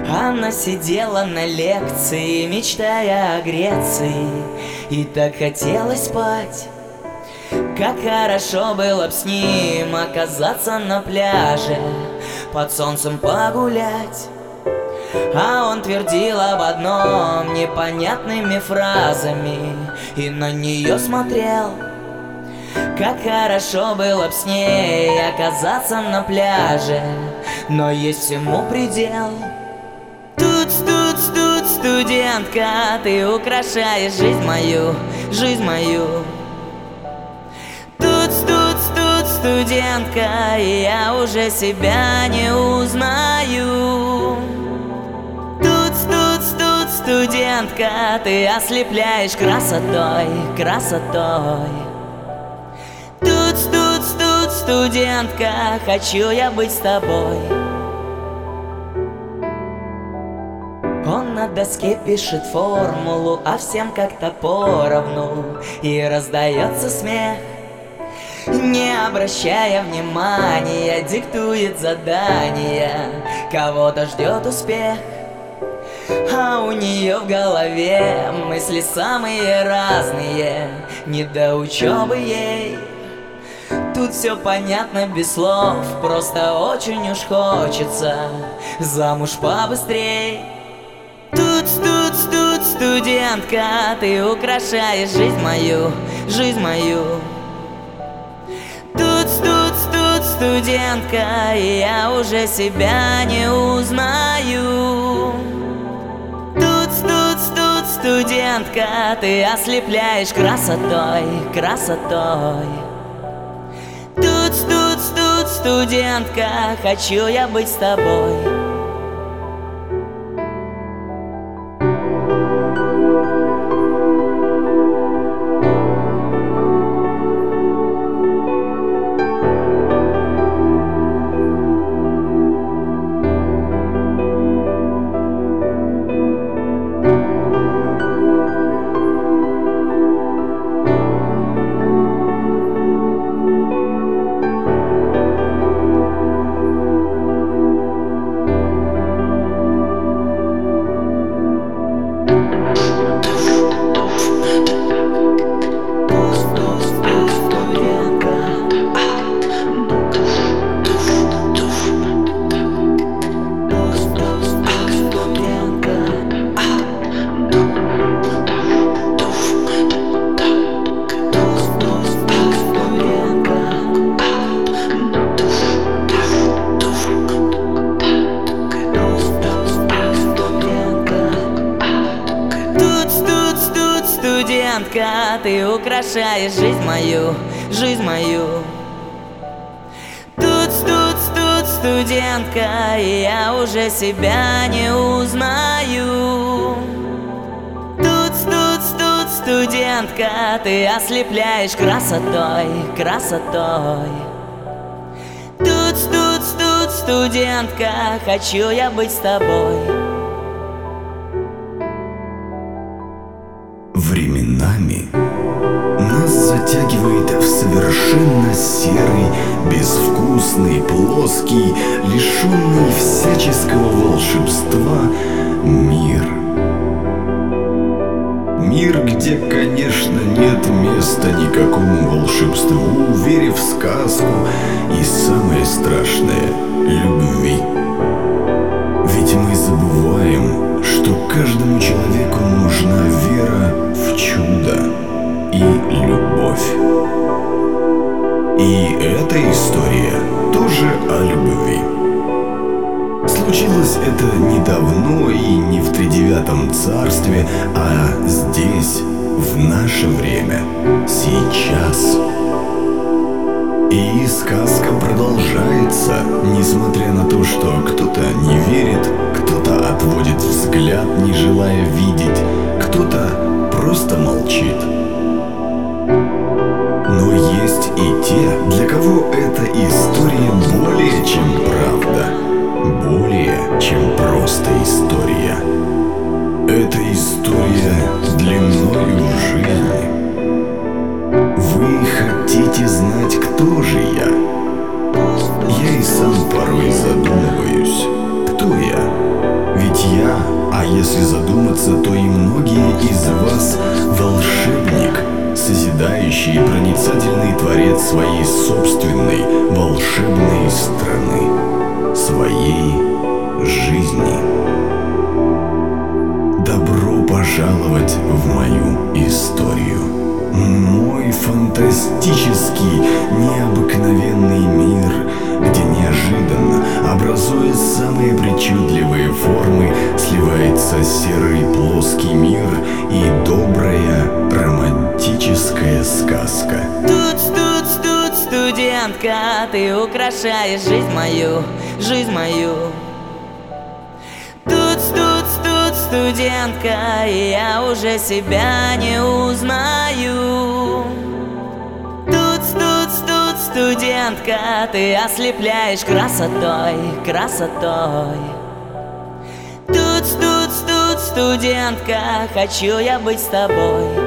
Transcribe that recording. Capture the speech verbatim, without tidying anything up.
Она сидела на лекции, мечтая о Греции, и так хотела спать. Как хорошо было б с ним оказаться на пляже, под солнцем погулять. А он твердил об одном непонятными фразами и на нее смотрел. Как хорошо было б с ней оказаться на пляже, но есть всему предел. Тут, тут, тут, студентка, ты украшаешь жизнь мою, жизнь мою. Тут, тут, тут, студентка, и я уже себя не узнаю. Тут, тут, тут, студентка, ты ослепляешь красотой, красотой. Тут, тут, тут, студентка, хочу я быть с тобой. Он на доске пишет формулу, а всем как-то поровну, и раздается смех. Не обращая внимания, диктует задания, кого-то ждет успех. А у нее в голове мысли самые разные, не до учебы ей. Тут все понятно без слов, просто очень уж хочется замуж побыстрей. Тут, тут, тут, студентка, ты украшаешь жизнь мою, жизнь мою. Тут, тут, тут, студентка, и я уже себя не узнаю. Тут, тут, тут, студентка, ты ослепляешь красотой, красотой. Тут, тут, тут, студентка, хочу я быть с тобой. Студентка, ты украшаешь жизнь мою, жизнь мою. Тут, тут, тут, студентка, и я уже себя не узнаю. Тут, тут, тут, студентка, ты ослепляешь красотой, красотой. Тут, тут, тут, студентка, хочу я быть с тобой. Временами нас затягивает в совершенно серый, безвкусный, плоский, лишенный всяческого волшебства мир. Мир, где, конечно, нет места никакому волшебству, вере в сказку и, самое страшное, любви. Ведь мы забываем, что каждому человеку нужна вера в чудо и любовь. И эта история тоже о любви. Случилось это недавно и не в тридевятом царстве, а здесь, в наше время, сейчас. И сказка продолжается, несмотря на то, что кто-то не верит, кто-то отводит взгляд, не желая видеть, кто-то просто молчит. Но есть и те, для кого эта история более чем правда, более чем просто история. Это история длиною в жизнь. Вы хотите знать, кто же я? Я и сам порой задумываюсь, кто я? Ведь если задуматься, то и многие из вас волшебник, созидающий и проницательный творец своей собственной волшебной страны, своей жизни. Добро пожаловать в мою историю. Мой фантастический, необыкновенный мир, где неожиданно, образуя самые причудливые формы, сливается серый плоский мир и добрая романтическая сказка. Тут, тут, тут, студентка, ты украшаешь жизнь мою, жизнь мою. Тут, тут, тут, студентка, и я уже себя не узнаю. Тут, тут, тут, студентка, ты ослепляешь красотой, красотой. Тут, тут, тут, студентка, хочу я быть с тобой.